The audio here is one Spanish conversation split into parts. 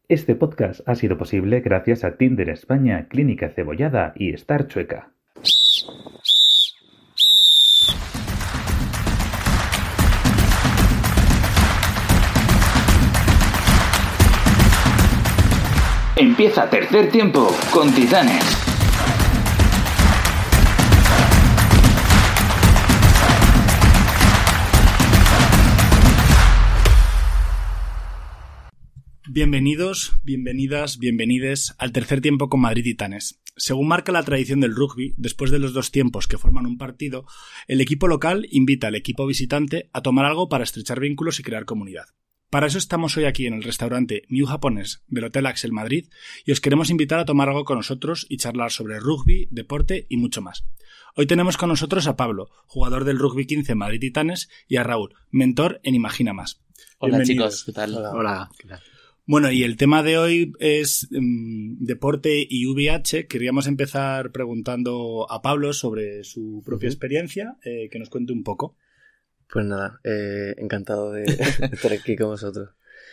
Este podcast ha sido posible gracias a Tinder España, Clínica Cebollada y Star Chueca. Empieza tercer tiempo con Titanes. Bienvenidos, bienvenidas, bienvenides al tercer tiempo con Madrid Titanes. Según marca la tradición del rugby, después de los dos tiempos que forman un partido, el equipo local invita al equipo visitante a tomar algo para estrechar vínculos y crear comunidad. Para eso estamos hoy aquí en el restaurante Miu Japonés del Hotel Axel Madrid y os queremos invitar a tomar algo con nosotros y charlar sobre rugby, deporte y mucho más. Hoy tenemos con nosotros a Pablo, jugador del Rugby 15 Madrid Titanes, y a Raúl, mentor en Imagina Más. Hola chicos, ¿qué tal? Hola, ¿qué tal? Bueno, y el tema de hoy es deporte y VIH. Queríamos empezar preguntando a Pablo sobre su propia experiencia, que nos cuente un poco. Pues nada, encantado de estar aquí con vosotros.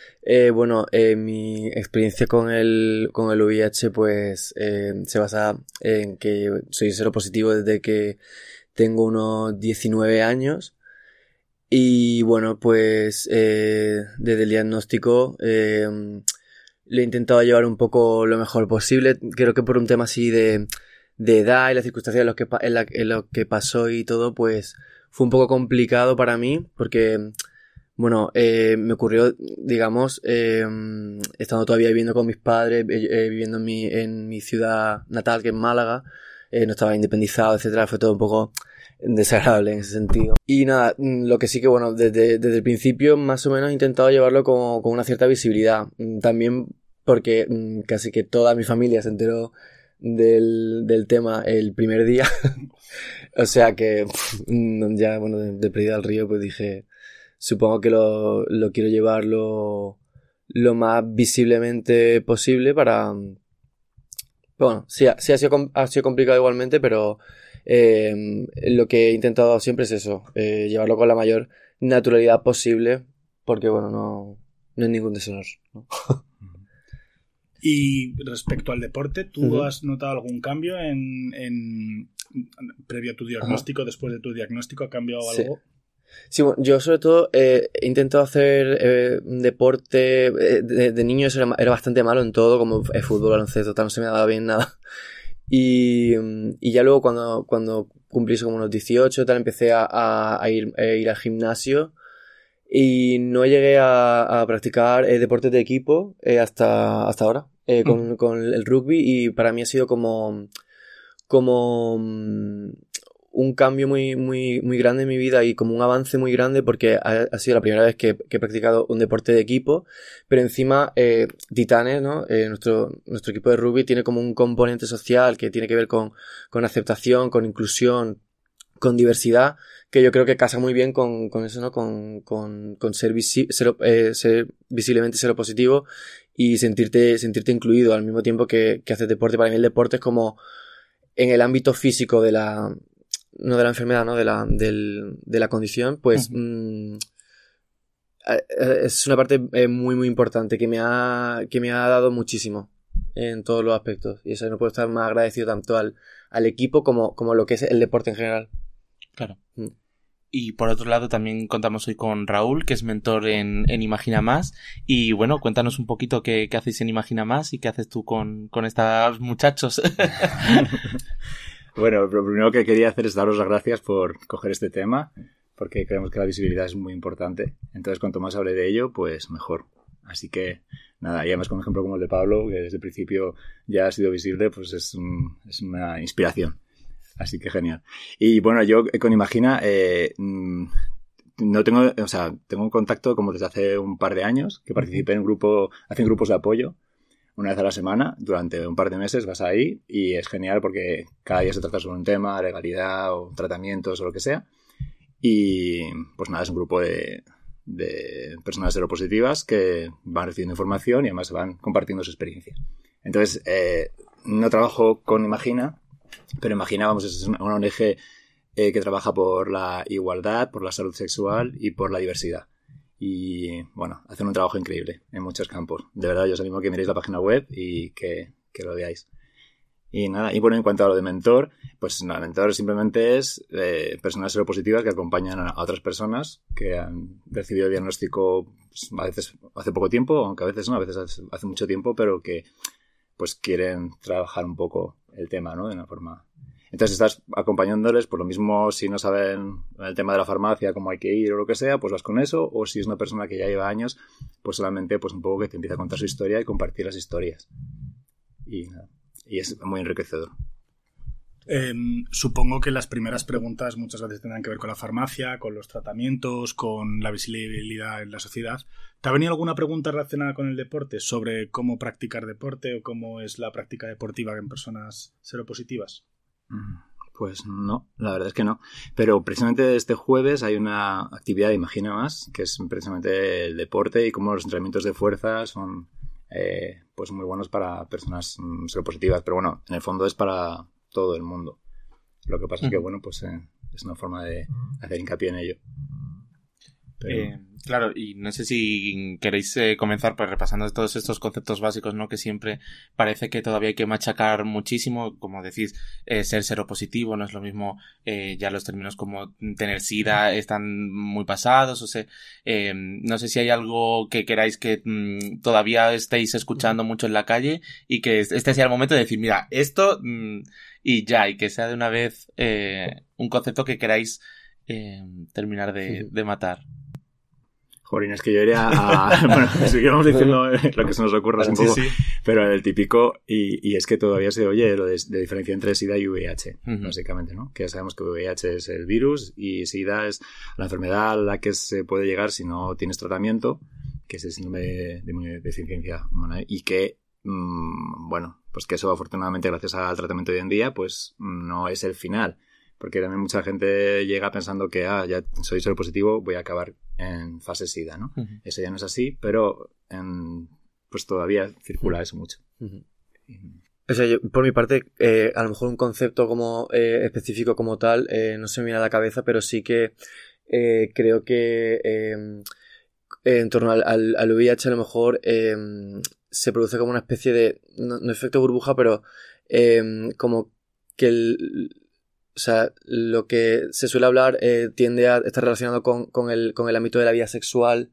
Mi experiencia con el VIH pues se basa en que soy seropositivo desde que tengo unos 19 años. Y bueno, pues desde el diagnóstico lo he intentado llevar un poco lo mejor posible. Creo que por un tema así de edad y las circunstancias en lo que pasó y todo, pues fue un poco complicado para mí porque, bueno, me ocurrió, digamos, estando todavía viviendo con mis padres, viviendo en mi ciudad natal, que es Málaga, no estaba independizado, etcétera. Fue todo un poco desagradable en ese sentido. Y nada, lo que sí que, bueno, desde el principio más o menos he intentado llevarlo con una cierta visibilidad. También porque casi que toda mi familia se enteró del tema el primer día. O sea que ya, bueno, de perdida al río, pues dije, supongo que lo quiero llevarlo lo más visiblemente posible para... Bueno, sí ha sido complicado igualmente, pero lo que he intentado siempre es eso, llevarlo con la mayor naturalidad posible, porque bueno, no es ningún deshonor, ¿no? Y respecto al deporte, ¿tú has notado algún cambio previo a tu diagnóstico, después de tu diagnóstico? ¿Ha cambiado algo? Sí, bueno, yo sobre todo he intentado hacer deporte. De niño era bastante malo en todo, como fútbol, baloncesto, tal, no se me daba bien nada. Y ya luego cuando cumplí como unos 18, tal, empecé a ir al gimnasio y no llegué a practicar deportes de equipo hasta ahora con el rugby, y para mí ha sido como un cambio muy, muy, muy grande en mi vida y como un avance muy grande, porque ha sido la primera vez que he practicado un deporte de equipo, pero encima Titanes, ¿no? Nuestro equipo de rugby tiene como un componente social que tiene que ver con aceptación, con inclusión, con diversidad, que yo creo que casa muy bien con eso, ¿no? Con ser visiblemente seropositivo y sentirte incluido al mismo tiempo que haces deporte. Para mí el deporte es como en el ámbito físico no de la enfermedad, ¿no? De la condición, pues es una parte muy muy importante que me ha dado muchísimo en todos los aspectos, y eso no puedo estar más agradecido tanto al equipo como lo que es el deporte en general. Claro. Y por otro lado también contamos hoy con Raúl, que es mentor en Imagina Más. Y bueno, cuéntanos un poquito qué hacéis en Imagina Más y qué haces tú con estos muchachos. Bueno, lo primero que quería hacer es daros las gracias por coger este tema, porque creemos que la visibilidad es muy importante. Entonces, cuanto más hable de ello, pues mejor. Así que, nada, y además con un ejemplo como el de Pablo, que desde el principio ya ha sido visible, pues es una inspiración. Así que genial. Y bueno, yo con Imagina no tengo, o sea, tengo un contacto como desde hace un par de años, que participé en hacen grupos de apoyo una vez a la semana, durante un par de meses vas ahí y es genial porque cada día se trata sobre un tema, legalidad o tratamientos o lo que sea. Y pues nada, es un grupo de personas seropositivas que van recibiendo información y además van compartiendo su experiencia. Entonces, no trabajo con Imagina, pero Imagina, vamos, es una ONG que trabaja por la igualdad, por la salud sexual y por la diversidad. y bueno, hacen un trabajo increíble en muchos campos. De verdad, yo os animo a que miréis la página web y que lo veáis. Y nada, y bueno, en cuanto a lo de mentor, pues no, mentor simplemente es personas seropositivas que acompañan a otras personas que han recibido el diagnóstico, pues, a veces hace poco tiempo, aunque a veces no, a veces hace mucho tiempo, pero que pues quieren trabajar un poco el tema, ¿no? De una forma. Entonces estás acompañándoles, por lo mismo, si no saben el tema de la farmacia, cómo hay que ir o lo que sea, pues vas con eso, o si es una persona que ya lleva años, pues solamente pues un poco que te empieza a contar su historia y compartir las historias. Y nada. Y es muy enriquecedor. Supongo que las primeras preguntas muchas veces tendrán que ver con la farmacia, con los tratamientos, con la visibilidad en la sociedad. ¿Te ha venido alguna pregunta relacionada con el deporte sobre cómo practicar deporte o cómo es la práctica deportiva en personas seropositivas? Pues no, la verdad es que no. Pero precisamente este jueves hay una actividad de Imagina Más, que es precisamente el deporte y cómo los entrenamientos de fuerza son pues muy buenos para personas seropositivas. Pero bueno, en el fondo es para todo el mundo. Lo que pasa es que bueno, pues es una forma de hacer hincapié en ello. Pero... claro, y no sé si queréis comenzar pues repasando todos estos conceptos básicos, ¿no? Que siempre parece que todavía hay que machacar muchísimo, como decís, ser seropositivo no es lo mismo, ya los términos como tener SIDA están muy pasados, o sea, no sé si hay algo que queráis que todavía estéis escuchando mucho en la calle y que este sea el momento de decir, mira, esto y ya, y que sea de una vez un concepto que queráis terminar de matar. Jolín, es que yo iría a... Bueno, seguimos diciendo lo que se nos ocurra un poco, sí. Pero el típico, y es que todavía se oye lo de diferencia entre SIDA y VIH, básicamente, ¿no? Que ya sabemos que VIH es el virus y SIDA es la enfermedad a la que se puede llegar si no tienes tratamiento, que es el síndrome de inmunodeficiencia humana, y que, bueno, pues que eso afortunadamente gracias al tratamiento de hoy en día, pues no es el final. Porque también mucha gente llega pensando que ya soy seropositivo, voy a acabar en fase SIDA, ¿no? Eso ya no es así, pero pues todavía circula eso mucho. O sea, yo, por mi parte, a lo mejor un concepto como específico como tal no se me viene a la cabeza, pero sí que creo que en torno al VIH a lo mejor se produce como una especie de, no efecto burbuja, pero como que o sea, lo que se suele hablar tiende a estar relacionado con el ámbito de la vida sexual,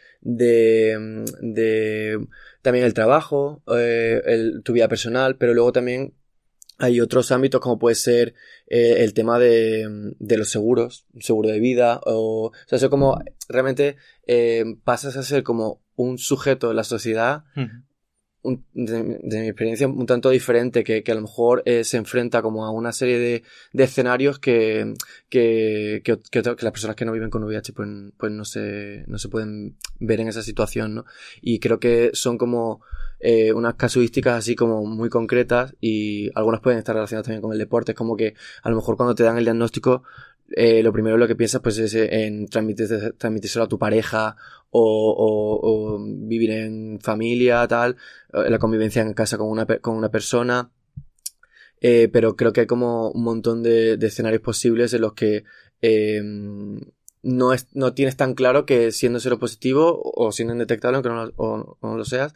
de también el trabajo, tu vida personal, pero luego también hay otros ámbitos como puede ser el tema de los seguros, un seguro de vida, o sea, eso como realmente pasas a ser como un sujeto de la sociedad, de mi experiencia un tanto diferente, que a lo mejor se enfrenta como a una serie de escenarios que las personas que no viven con VIH pues no se pueden ver en esa situación, ¿no? Y creo que son como unas casuísticas así como muy concretas, y algunas pueden estar relacionadas también con el deporte. Es como que a lo mejor cuando te dan el diagnóstico lo primero lo que piensas pues es en transmitírselo a tu pareja o vivir en familia, tal, la convivencia en casa con una persona, pero creo que hay como un montón de escenarios posibles en los que no tienes tan claro que siendo seropositivo o siendo indetectable, aunque no lo seas,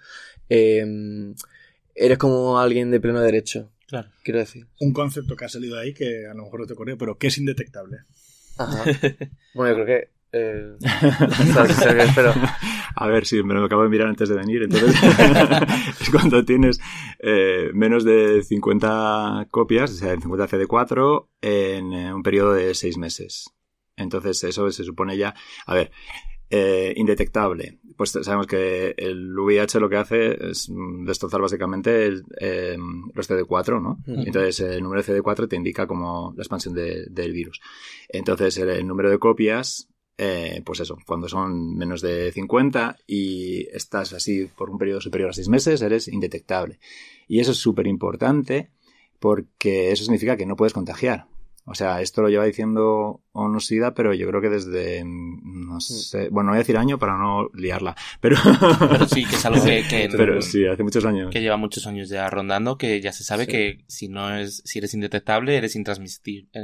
eres como alguien de pleno derecho. Claro. Quiero decir. Un concepto que ha salido ahí que a lo mejor no te ocurrió, pero ¿qué es indetectable? Ajá. Bueno, yo creo que pero... A ver, sí, me lo acabo de mirar antes de venir. Entonces, es cuando tienes menos de 50 copias, o sea, el 50 CD4, en un periodo de 6 meses. Entonces, eso se supone ya... A ver, indetectable. Pues sabemos que el VIH lo que hace es destrozar básicamente los CD4, ¿no? Entonces, el número de CD4 te indica como la expansión del virus. Entonces, el número de copias... pues eso, cuando son menos de 50 y estás así por un periodo superior a 6 meses, eres indetectable. Y eso es súper importante porque eso significa que no puedes contagiar. O sea, esto lo lleva diciendo ONU-SIDA, pero yo creo que desde, no sé, bueno, no voy a decir año para no liarla, pero sí, que es algo que pero sí, hace muchos años. Que lleva muchos años ya rondando, que ya se sabe que si eres indetectable, eres intransmisible.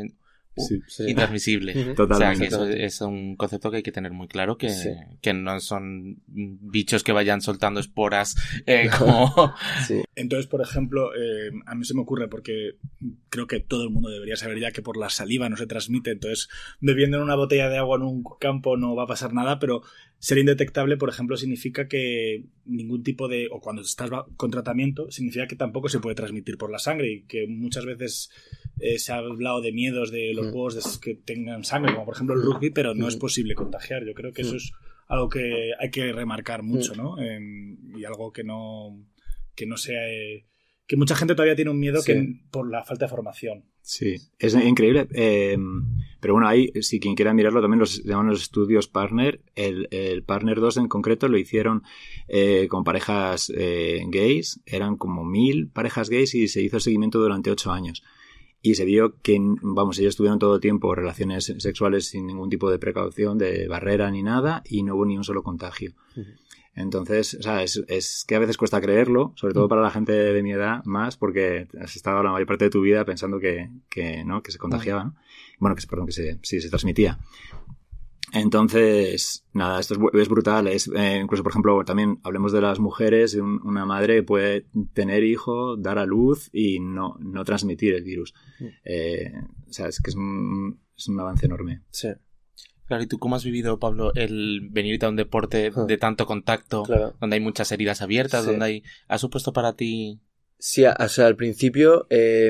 Sí. intransmisible. Totalmente. O sea, que eso es un concepto que hay que tener muy claro, que no son bichos que vayan soltando esporas como... Sí. Entonces, por ejemplo, a mí se me ocurre, porque creo que todo el mundo debería saber ya que por la saliva no se transmite, entonces bebiendo en una botella de agua en un campo no va a pasar nada, pero ser indetectable, por ejemplo, significa que ningún tipo de... o cuando estás con tratamiento, significa que tampoco se puede transmitir por la sangre, y que muchas veces se ha hablado de miedos de los juegos que tengan sangre, como por ejemplo el rugby, pero no es posible contagiar. Yo creo que eso es algo que hay que remarcar mucho, ¿no? Y algo que no sea... que mucha gente todavía tiene un miedo por la falta de formación. Sí, es increíble. Pero bueno, ahí, si quien quiera mirarlo, también los llaman los estudios Partner. El Partner 2 en concreto lo hicieron con parejas gays. Eran como 1000 parejas gays y se hizo el seguimiento durante 8 años. Y se vio que, vamos, ellos tuvieron todo el tiempo relaciones sexuales sin ningún tipo de precaución, de barrera ni nada, y no hubo ni un solo contagio. Entonces, o sea, es que a veces cuesta creerlo, sobre todo para la gente de mi edad más, porque has estado la mayor parte de tu vida pensando que se contagiaba, ¿no? Bueno, que se transmitía. Entonces, nada, esto es brutal. Incluso, por ejemplo, también hablemos de las mujeres. Una madre puede tener hijo, dar a luz y no transmitir el virus. O sea, es que es un avance enorme. Sí. Claro, ¿y tú cómo has vivido, Pablo, el venirte a un deporte de tanto contacto, donde hay muchas heridas abiertas, donde ¿ha supuesto para ti? Sí, o sea, al principio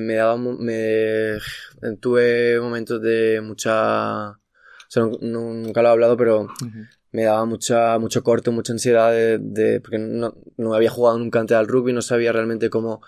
tuve momentos de mucha... O sea, nunca lo he hablado, pero me daba mucho corte, mucha ansiedad porque no había jugado nunca antes al rugby, no sabía realmente cómo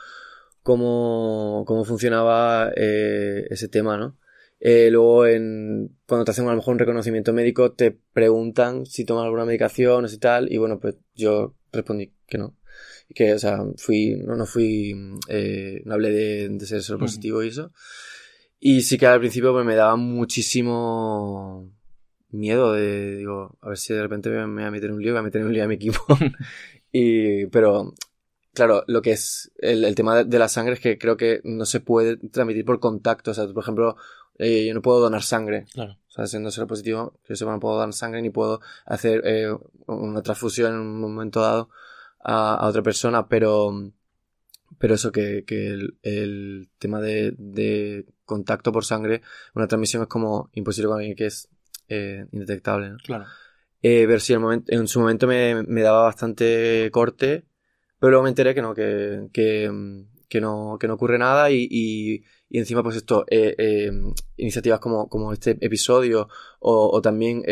funcionaba ese tema, ¿no? Luego, cuando te hacen a lo mejor un reconocimiento médico, te preguntan si tomas alguna medicación o si tal, y bueno, pues yo respondí que no. Que, o sea, no hablé de ser seropositivo y eso. Y sí que al principio pues, me daba muchísimo miedo digo, a ver si de repente me voy a meter un lío a mi equipo. Pero, claro, lo que es el tema de la sangre es que creo que no se puede transmitir por contacto. O sea, por ejemplo, yo no puedo donar sangre. Claro. O sea, siendo seropositivo, que yo no puedo donar sangre ni puedo hacer una transfusión en un momento dado a otra persona, pero eso que el tema de contacto por sangre, una transmisión es como imposible con alguien que es indetectable, ¿no? Claro. Ver si en su momento me daba bastante corte, pero luego me enteré que no ocurre nada y encima pues esto, iniciativas como este episodio o también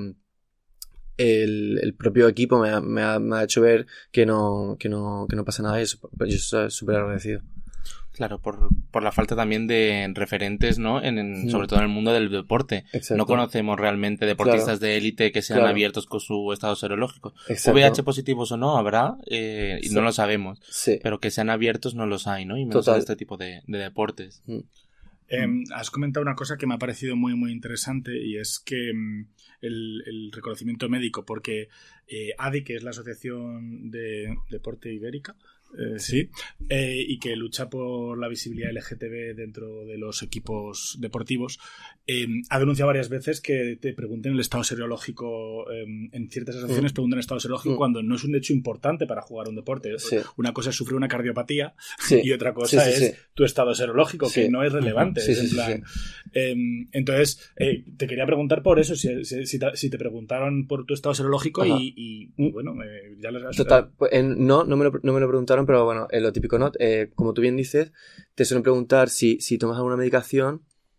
el propio equipo me ha hecho ver que no pasa nada y eso, yo estoy súper agradecido. Claro, por la falta también de referentes, ¿no? Sobre todo en el mundo del deporte. Exacto. No conocemos realmente deportistas de élite que sean abiertos con su estado serológico. Exacto. VIH positivos o no habrá, y no lo sabemos. Sí. Pero que sean abiertos no los hay, ¿no? Y menos en este tipo de deportes. Has comentado una cosa que me ha parecido muy, muy interesante y es que el reconocimiento médico, porque ADI, que es la Asociación de Deporte Ibérica, y que lucha por la visibilidad LGTB dentro de los equipos deportivos, ha denunciado varias veces que te pregunten el estado serológico. En ciertas asociaciones preguntan el estado serológico cuando no es un hecho importante para jugar un deporte. Una cosa es sufrir una cardiopatía y otra cosa es tu estado serológico, que no es relevante. Entonces, te quería preguntar por eso, si te preguntaron por tu estado serológico y bueno, ya les has... Total, pues, no me lo preguntaron, pero bueno, lo típico, ¿no? Como tú bien dices, te suelen preguntar si tomas alguna medicación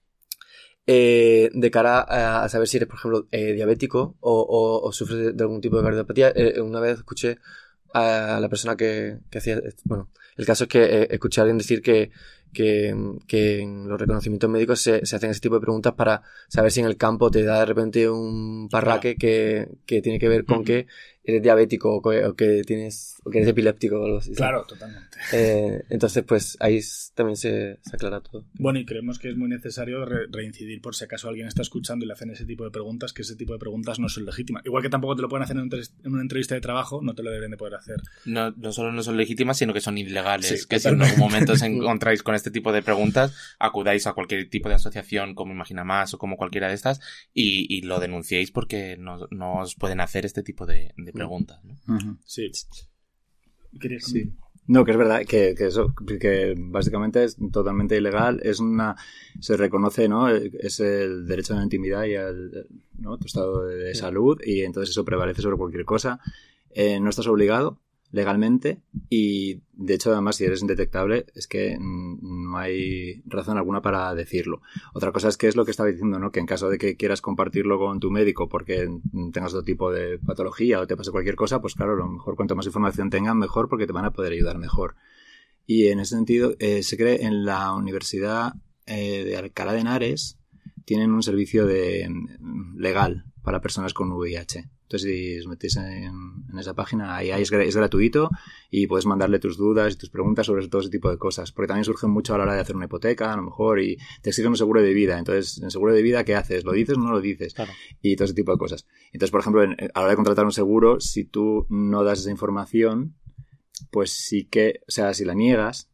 de cara a saber si eres, por ejemplo, diabético o sufres de algún tipo de cardiopatía. Una vez escuché a la persona que hacía... Bueno, el caso es que escuché a alguien decir que en los reconocimientos médicos se hacen ese tipo de preguntas para saber si en el campo te da de repente un parraque que tiene que ver con que eres diabético o que eres epiléptico o algo así. Claro, totalmente. Entonces, pues ahí también se aclara todo. Bueno, y creemos que es muy necesario reincidir por si acaso alguien está escuchando y le hacen ese tipo de preguntas, que ese tipo de preguntas no son legítimas. Igual que tampoco te lo pueden hacer en una entrevista de trabajo, no te lo deben de poder hacer. No solo no son legítimas, sino que son ilegales. Sí, que si en algún momento os encontráis con con este tipo de preguntas, acudáis a cualquier tipo de asociación como Imagina Más o como cualquiera de estas y lo denunciéis porque no os pueden hacer este tipo de preguntas, ¿no? Uh-huh. Sí. ¿Querías Sí. No, que es verdad que eso, que básicamente es totalmente ilegal, se reconoce, ¿no? Es el derecho a la intimidad y ¿no? Tu estado de salud, y entonces eso prevalece sobre cualquier cosa. No estás obligado legalmente, y de hecho además si eres indetectable es que no hay razón alguna para decirlo. Otra cosa es que es lo que estaba diciendo, ¿no? Que en caso de que quieras compartirlo con tu médico porque tengas otro tipo de patología o te pase cualquier cosa, pues claro, a lo mejor cuanto más información tengan mejor, porque te van a poder ayudar mejor. Y en ese sentido se cree en la Universidad de Alcalá de Henares tienen un servicio legal para personas con VIH. Entonces, si os metéis en esa página, ahí es gratuito y puedes mandarle tus dudas y tus preguntas sobre todo ese tipo de cosas. Porque también surgen mucho a la hora de hacer una hipoteca, a lo mejor, y te exigen un seguro de vida. Entonces, en seguro de vida, ¿qué haces? ¿Lo dices o no lo dices? Claro. Y todo ese tipo de cosas. Entonces, por ejemplo, a la hora de contratar un seguro, si tú no das esa información, pues sí que, o sea, si la niegas,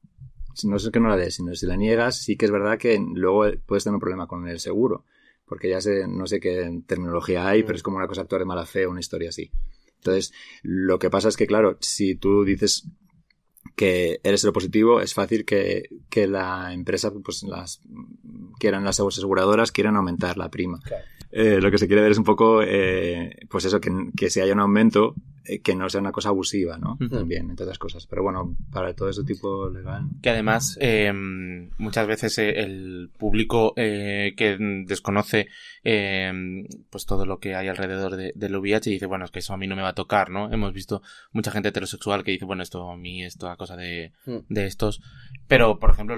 no es que no la des, sino si la niegas, sí que es verdad que luego puedes tener un problema con el seguro. Porque no sé qué terminología hay, pero es como una cosa actuar de mala fe o una historia así. Entonces, lo que pasa es que, claro, si tú dices que eres seropositivo, es fácil que la empresa, pues las aseguradoras quieran aumentar la prima. Claro. Lo que se quiere ver es un poco, pues eso, que si haya un aumento, que no sea una cosa abusiva, ¿no? Uh-huh. También, entre otras cosas. Pero bueno, para todo ese tipo legal. Que además, muchas veces el público que desconoce pues todo lo que hay alrededor del VIH dice, bueno, es que eso a mí no me va a tocar, ¿no? Hemos visto mucha gente heterosexual que dice, bueno, esto a mí es toda cosa de estos. Pero, por ejemplo,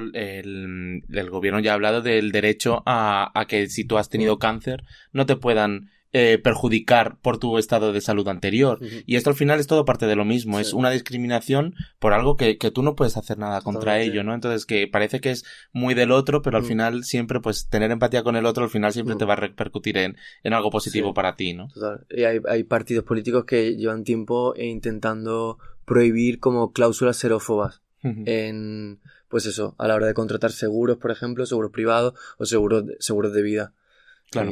el gobierno ya ha hablado del derecho a que si tú has tenido cáncer, no te puedan perjudicar por tu estado de salud anterior. Uh-huh. Y esto al final es todo parte de lo mismo. Sí. Es una discriminación por algo que tú no puedes hacer nada contra ello, ¿no? Entonces, que parece que es muy del otro, pero al final siempre, pues, tener empatía con el otro al final siempre te va a repercutir en algo positivo para ti, ¿no? Total. Y hay partidos políticos que llevan tiempo intentando prohibir como cláusulas xerófobas en, pues eso, a la hora de contratar seguros, por ejemplo, seguros privados o seguros de vida. Claro.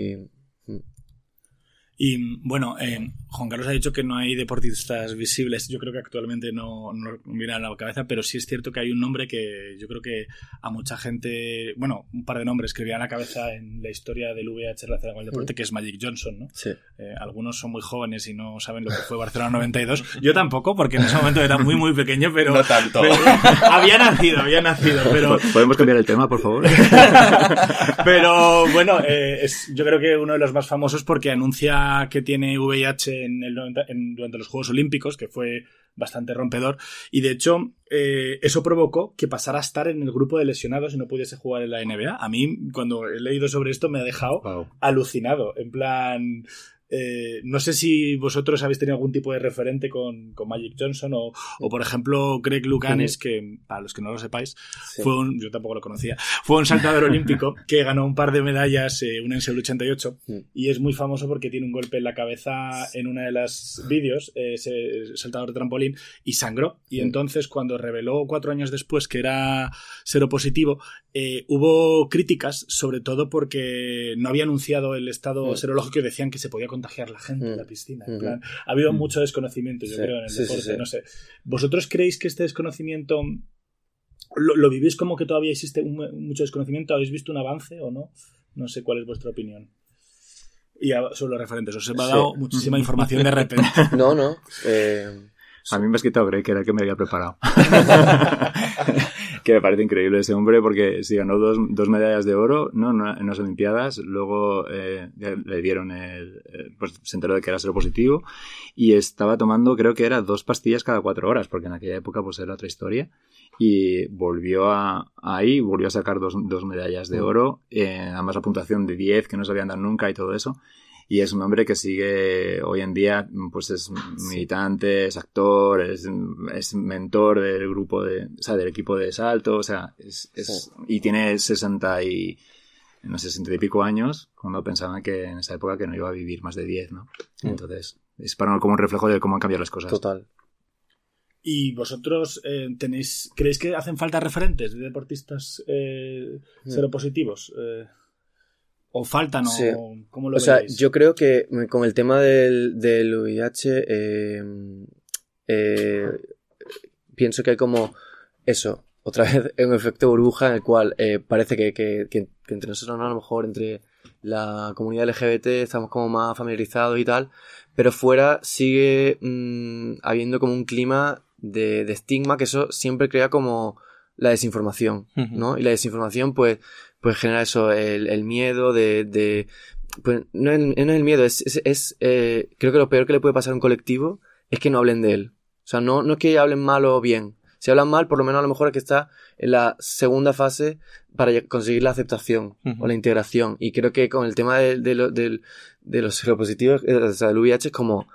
Y bueno, Juan Carlos ha dicho que no hay deportistas visibles. Yo creo que actualmente no me viene a la cabeza, pero sí es cierto que hay un nombre que yo creo que a mucha gente, bueno, un par de nombres que vienen a la cabeza en la historia del VIH relacionado con el deporte, que es Magic Johnson, ¿no? Sí. Algunos son muy jóvenes y no saben lo que fue Barcelona 92. Yo tampoco, porque en ese momento era muy, muy pequeño, pero... No tanto. Había nacido, pero... ¿Podemos cambiar el tema, por favor? Pero bueno, yo creo que uno de los más famosos porque anuncia que tiene VIH durante los Juegos Olímpicos, que fue bastante rompedor, y de hecho eso provocó que pasara a estar en el grupo de lesionados y no pudiese jugar en la NBA. A mí, cuando he leído sobre esto, me ha dejado alucinado, en plan... no sé si vosotros habéis tenido algún tipo de referente con Magic Johnson o por ejemplo Greg Louganis, que para los que no lo sepáis yo tampoco lo conocía, fue un saltador olímpico que ganó un par de medallas, una en Seúl 88, y es muy famoso porque tiene un golpe en la cabeza en una de las vídeos, saltador de trampolín, y sangró, y entonces cuando reveló 4 años después que era seropositivo, hubo críticas, sobre todo porque no había anunciado el estado serológico y decían que se podía contagiar la gente en la piscina. En plan, ha habido mucho desconocimiento, yo creo, en el deporte. No sé. ¿Vosotros creéis que este desconocimiento lo vivís como que todavía existe mucho desconocimiento? ¿Habéis visto un avance o no? No sé cuál es vuestra opinión. Y sobre los referentes, os he dado muchísima información de repente. No. A mí me has quitado Greg, que era el que me había preparado. Que me parece increíble ese hombre porque sí ganó dos medallas de oro, ¿no? En las Olimpiadas. Luego le dieron pues se enteró de que era seropositivo y estaba tomando, creo que era 2 pastillas cada 4 horas, porque en aquella época pues era otra historia. Y volvió a sacar dos medallas de oro, además la puntuación de 10 que no se habían dado nunca y todo eso. Y es un hombre que sigue hoy en día, pues es militante, es actor, es mentor del grupo del equipo de salto, o sea, y tiene 60 y pico años, cuando pensaban que en esa época que no iba a vivir más de 10, ¿no? Entonces, es para como un reflejo de cómo han cambiado las cosas. Total. ¿Y vosotros creéis que hacen falta referentes de deportistas seropositivos? ¿O faltan? Sí. ¿O cómo lo O sea, veis? yo creo que con el tema del VIH pienso que hay como eso, otra vez un efecto burbuja en el cual parece que entre nosotros, ¿no? A lo mejor entre la comunidad LGBT estamos como más familiarizados y tal, pero fuera sigue habiendo como un clima de estigma, que eso siempre crea como la desinformación, ¿no? Y la desinformación pues genera eso, el miedo pues no es el miedo, creo que lo peor que le puede pasar a un colectivo es que no hablen de él. O sea, no es que hablen mal o bien. Si hablan mal, por lo menos a lo mejor es que está en la segunda fase para conseguir la aceptación o la integración. Y creo que con el tema de los seropositivos, o sea, del VIH es como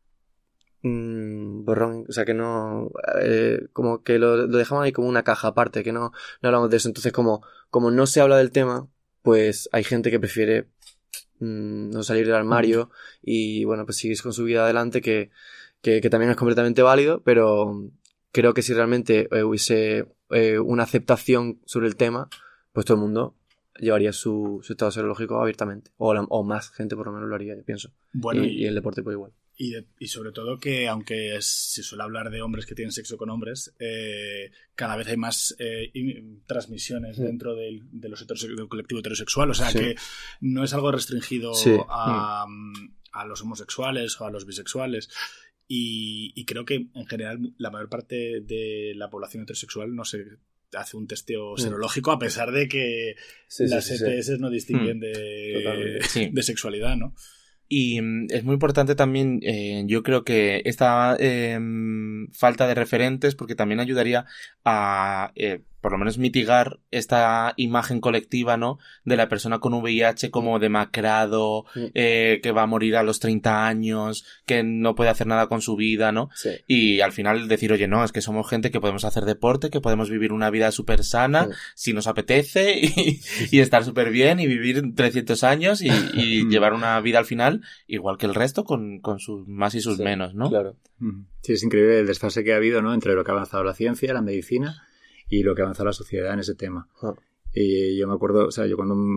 borrón, o sea, que no como que lo dejamos ahí como una caja aparte, que no hablamos de eso. Entonces como no se habla del tema, pues hay gente que prefiere no salir del armario y bueno, pues seguir con su vida adelante, que también es completamente válido, pero creo que si realmente hubiese una aceptación sobre el tema, pues todo el mundo llevaría su estado serológico abiertamente, o más gente por lo menos lo haría, yo pienso. Bueno, y el deporte pues igual. Y sobre todo que, aunque se suele hablar de hombres que tienen sexo con hombres, cada vez hay más transmisiones dentro del colectivo heterosexual. O sea, que no es algo restringido a los homosexuales o a los bisexuales. Y creo que, en general, la mayor parte de la población heterosexual no se hace un testeo serológico, a pesar de que las ETS no distinguen de sexualidad, ¿no? Y es muy importante también, yo creo que esta falta de referentes, porque también ayudaría a por lo menos mitigar esta imagen colectiva, ¿no? De la persona con VIH como demacrado, que va a morir a los 30 años, que no puede hacer nada con su vida, ¿no? Sí. Y al final decir, oye, no, es que somos gente que podemos hacer deporte, que podemos vivir una vida súper sana, si nos apetece, y estar súper bien, y vivir 300 años, y llevar una vida al final igual que el resto, con sus más y sus menos, ¿no? Claro. Sí, es increíble el desfase que ha habido, ¿no? Entre lo que ha avanzado la ciencia, la medicina, y lo que ha avanzado la sociedad en ese tema. Y yo me acuerdo, o sea, yo cuando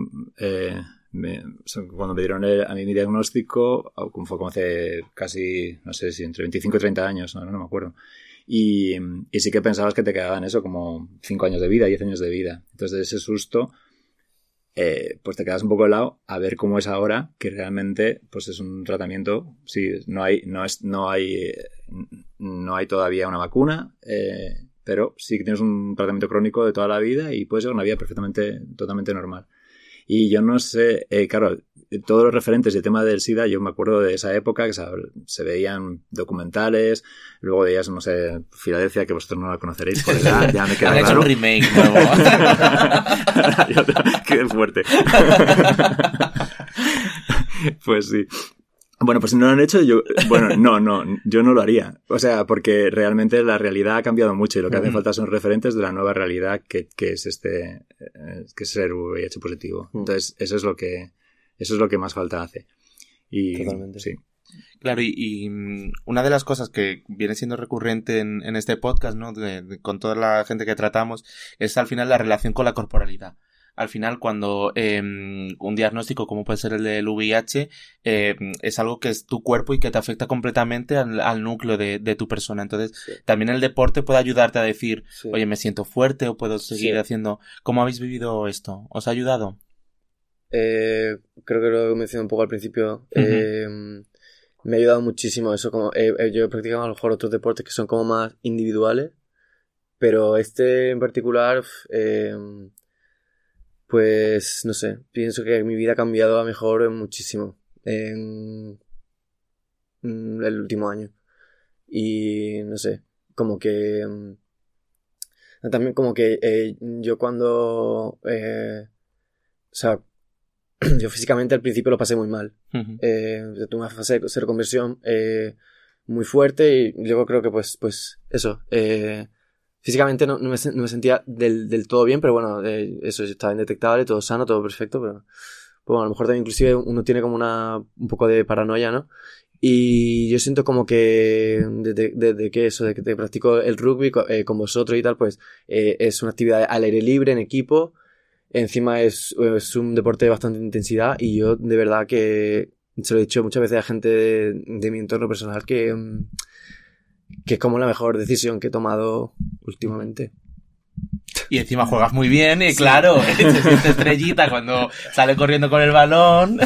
me dieron a mí mi diagnóstico, fue como hace casi, no sé si entre 25 y 30 años, no me acuerdo. Y sí que pensabas que te quedaban eso, como 5 años de vida, 10 años de vida. Entonces, de ese susto, pues te quedas un poco helado a ver cómo es ahora, que realmente pues es un tratamiento. Sí, no hay todavía una vacuna, pero sí que tienes un tratamiento crónico de toda la vida y puedes llevar una vida totalmente normal. Y yo no sé, claro, todos los referentes del tema del SIDA, yo me acuerdo de esa época que se veían documentales, luego veías, no sé, Filadelfia, que vosotros no la conoceréis por edad, ya me queda Han hecho un remake nuevo. Qué fuerte. Pues sí. Bueno, pues si no lo han hecho, yo no lo haría. O sea, porque realmente la realidad ha cambiado mucho y lo que hace falta son referentes de la nueva realidad que es que es ser VIH positivo. Entonces, eso es lo que más falta hace. Y, totalmente. Sí. Claro, y una de las cosas que viene siendo recurrente en este podcast, ¿no? Con toda la gente que tratamos, es al final la relación con la corporalidad. Al final, cuando un diagnóstico como puede ser el del VIH es algo que es tu cuerpo y que te afecta completamente al núcleo de tu persona. Entonces, también el deporte puede ayudarte a decir, oye, me siento fuerte o puedo seguir haciendo... ¿Cómo habéis vivido esto? ¿Os ha ayudado? Creo que lo he mencionado un poco al principio. Me ha ayudado muchísimo eso. Yo he practicado a lo mejor otros deportes que son como más individuales, pero este en particular... pues, no sé, pienso que mi vida ha cambiado a mejor muchísimo en el último año. Y, no sé, como que... también como que yo cuando... o sea, yo físicamente al principio lo pasé muy mal. Tuve una fase de seroconversión muy fuerte y luego creo que pues eso... físicamente no me sentía del todo bien, pero bueno, eso estaba indetectable, todo sano, todo perfecto, pero bueno, a lo mejor también inclusive uno tiene como un poco de paranoia, ¿no? Y yo siento como que desde que practico el rugby con vosotros y tal, pues es una actividad al aire libre, en equipo. Encima es un deporte de bastante intensidad y yo de verdad que se lo he dicho muchas veces a gente de mi entorno personal que es como la mejor decisión que he tomado últimamente. Y encima juegas muy bien y claro, se siente estrellita cuando sale corriendo con el balón.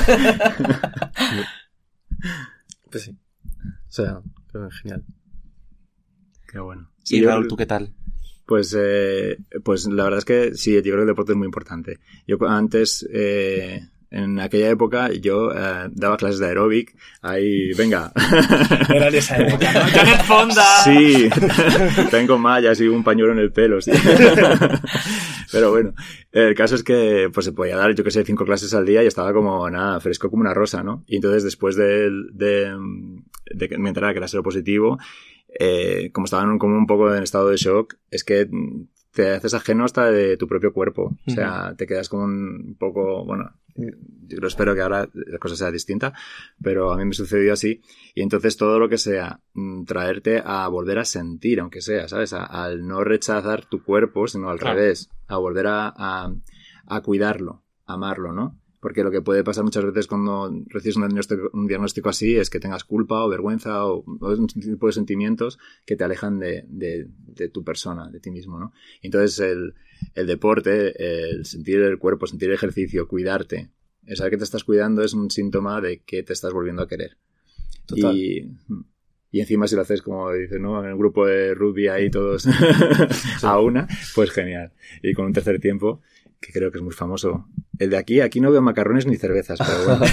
Pues sí. O sea, creo que es genial. Qué bueno. Sí, y Raúl, ¿tú qué tal? Pues la verdad es que sí, yo creo que el deporte es muy importante. Yo antes, en aquella época, yo daba clases de aeróbic. Ahí, venga. Era de esa época, ¿no? ¡Janet Fonda! Sí, tengo mallas y un pañuelo en el pelo, sí. Pero bueno, el caso es que pues se podía dar, yo que sé, 5 clases al día y estaba como, nada, fresco como una rosa, ¿no? Y entonces después de que me enterara que era seropositivo, como estaban como un poco en estado de shock, es que te haces ajeno hasta de tu propio cuerpo. O sea, te quedas como un poco, bueno, yo espero que ahora la cosa sea distinta, pero a mí me sucedió así. Y entonces todo lo que sea traerte a volver a sentir, aunque sea, ¿sabes? Al no rechazar tu cuerpo, sino al revés, a volver a cuidarlo, amarlo, ¿no? Porque lo que puede pasar muchas veces cuando recibes un diagnóstico así es que tengas culpa o vergüenza o un tipo de sentimientos que te alejan de tu persona, de ti mismo, ¿no? Entonces el deporte, el sentir el cuerpo, sentir el ejercicio, cuidarte, el saber que te estás cuidando es un síntoma de que te estás volviendo a querer. Total. Y encima si lo haces como dices, ¿no? En un grupo de rugby ahí todos a una, pues genial. Y con un tercer tiempo que creo que es muy famoso. El de aquí no veo macarrones ni cervezas, pero bueno.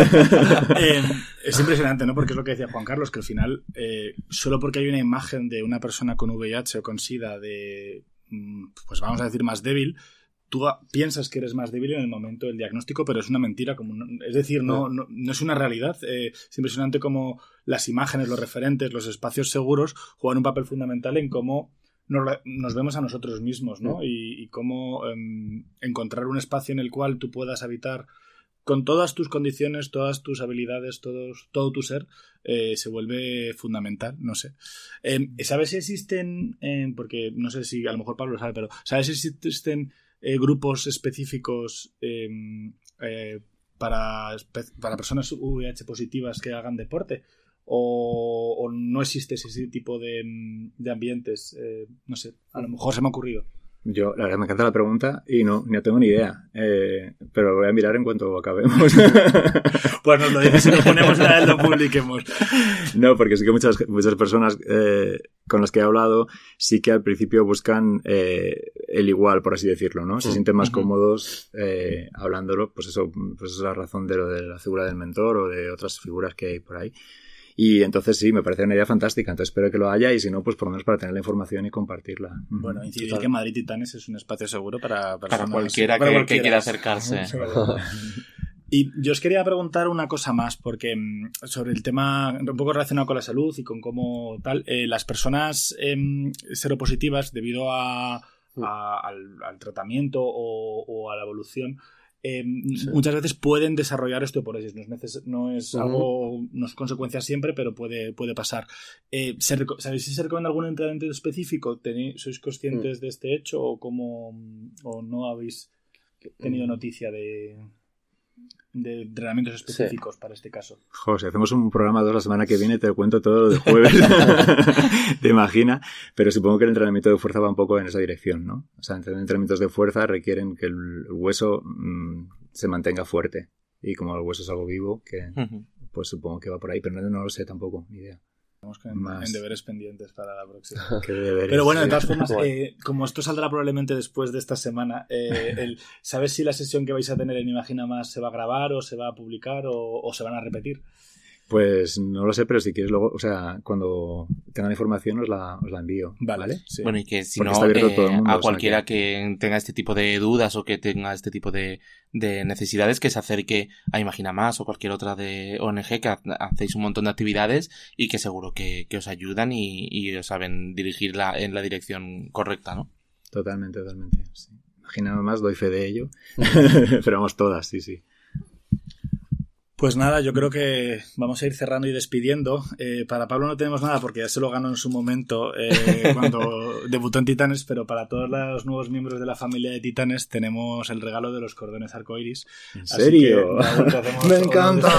Es impresionante, ¿no? Porque es lo que decía Juan Carlos, que al final, solo porque hay una imagen de una persona con VIH o con SIDA pues vamos a decir más débil, tú piensas que eres más débil en el momento del diagnóstico, pero es una mentira. Es decir, no es una realidad. Es impresionante cómo las imágenes, los referentes, los espacios seguros juegan un papel fundamental en cómo nos vemos a nosotros mismos, ¿no? Y cómo encontrar un espacio en el cual tú puedas habitar con todas tus condiciones, todas tus habilidades, todo tu ser, se vuelve fundamental, no sé. ¿Sabes si existen, porque no sé si a lo mejor Pablo lo sabe, pero ¿sabes si existen grupos específicos para personas VIH positivas que hagan deporte? ¿O no existe ese tipo de ambientes? No sé, a lo mejor se me ha ocurrido. Yo, la verdad, me encanta la pregunta y no tengo ni idea. Pero lo voy a mirar en cuanto acabemos. Pues nos lo dices y lo ponemos y lo publiquemos. No, porque sí que muchas personas con las que he hablado sí que al principio buscan el igual, por así decirlo, ¿no? Se sienten más cómodos hablándolo. Pues eso es la razón de lo de la figura del mentor o de otras figuras que hay por ahí. Y entonces sí, me parece una idea fantástica. Entonces espero que lo haya y si no, pues por lo menos para tener la información y compartirla. Bueno, incidir que Madrid Titanes es un espacio seguro para cualquiera que quiera acercarse. Y yo os quería preguntar una cosa más, porque sobre el tema un poco relacionado con la salud y con cómo tal, las personas seropositivas debido al tratamiento o a la evolución, muchas veces pueden desarrollar osteoporosis. No es algo, no es consecuencia siempre, pero puede pasar. ¿Sabéis si se recomienda algún entrenamiento específico? ¿Sois conscientes de este hecho o no habéis tenido noticia de entrenamientos específicos para este caso? José, hacemos un programa 2 la semana que viene, te lo cuento todo lo de jueves. Te imaginas, pero supongo que el entrenamiento de fuerza va un poco en esa dirección, ¿no? O sea, entrenamientos de fuerza requieren que el hueso se mantenga fuerte y como el hueso es algo vivo, que pues supongo que va por ahí, pero no lo sé tampoco, ni idea. En deberes pendientes para la próxima. Deberes, pero bueno, de todas formas, como esto saldrá probablemente después de esta semana, ¿sabes si la sesión que vais a tener en Imagina Más se va a grabar o se va a publicar o se van a repetir? Pues no lo sé, pero si quieres luego, o sea, cuando tenga la información os la envío. Vale. Sí. Bueno, y que si porque no, mundo, a cualquiera que tenga este tipo de dudas o que tenga este tipo de necesidades, que se acerque a Imagina Más o cualquier otra de ONG, que hacéis un montón de actividades y que seguro que os ayudan y os saben dirigir en la dirección correcta, ¿no? Totalmente. Sí. Imagina Más, doy fe de ello. Pero vamos todas, sí. Pues nada, yo creo que vamos a ir cerrando y despidiendo. Para Pablo no tenemos nada porque ya se lo ganó en su momento cuando debutó en Titanes, pero para todos los nuevos miembros de la familia de Titanes tenemos el regalo de los cordones arcoiris. ¿En serio? ¡Me encanta!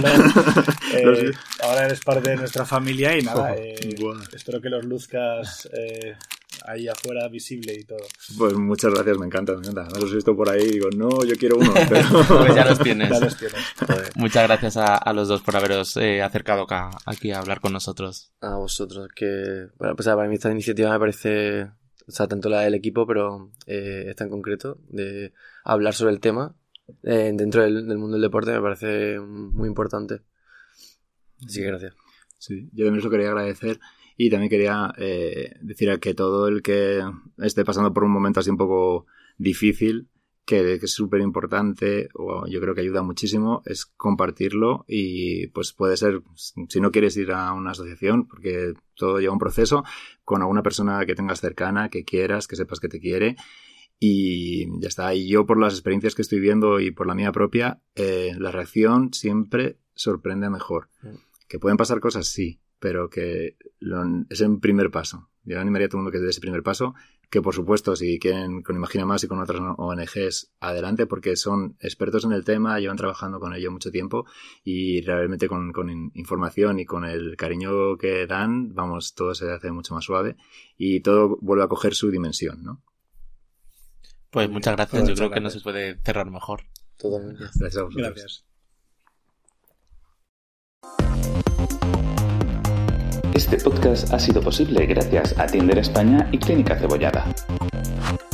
Ahora eres parte de nuestra familia y nada, espero que los luzcas ahí afuera visible y todo. Pues muchas gracias, me encanta. Además los he visto por ahí y digo, no, yo quiero uno. Pero... Pues ya los tienes. Ya los tienes. Muchas gracias a los dos por haberos acercado aquí a hablar con nosotros. A vosotros, que bueno, pues para mí esta iniciativa me parece, o sea, tanto la del equipo, pero esta en concreto, de hablar sobre el tema dentro del mundo del deporte me parece muy importante. Así que gracias. Sí, yo también os lo quería agradecer. Y también quería decir a que todo el que esté pasando por un momento así un poco difícil, que es súper importante, o yo creo que ayuda muchísimo, es compartirlo y pues puede ser, si no quieres ir a una asociación, porque todo lleva un proceso, con alguna persona que tengas cercana, que quieras, que sepas que te quiere y ya está. Y yo por las experiencias que estoy viendo y por la mía propia, la reacción siempre sorprende mejor. Que pueden pasar cosas, sí, pero que es el primer paso. Yo animaría a todo el mundo que dé ese primer paso, que por supuesto si quieren con Imagina Más y con otras ONGs, adelante, porque son expertos en el tema, llevan trabajando con ello mucho tiempo y realmente con información y con el cariño que dan, vamos, todo se hace mucho más suave y todo vuelve a coger su dimensión, ¿no? Pues muchas gracias, yo creo que no se puede cerrar mejor. Totalmente. Gracias a vosotros. Gracias. Este podcast ha sido posible gracias a Tinder España y Clínica Cebollada.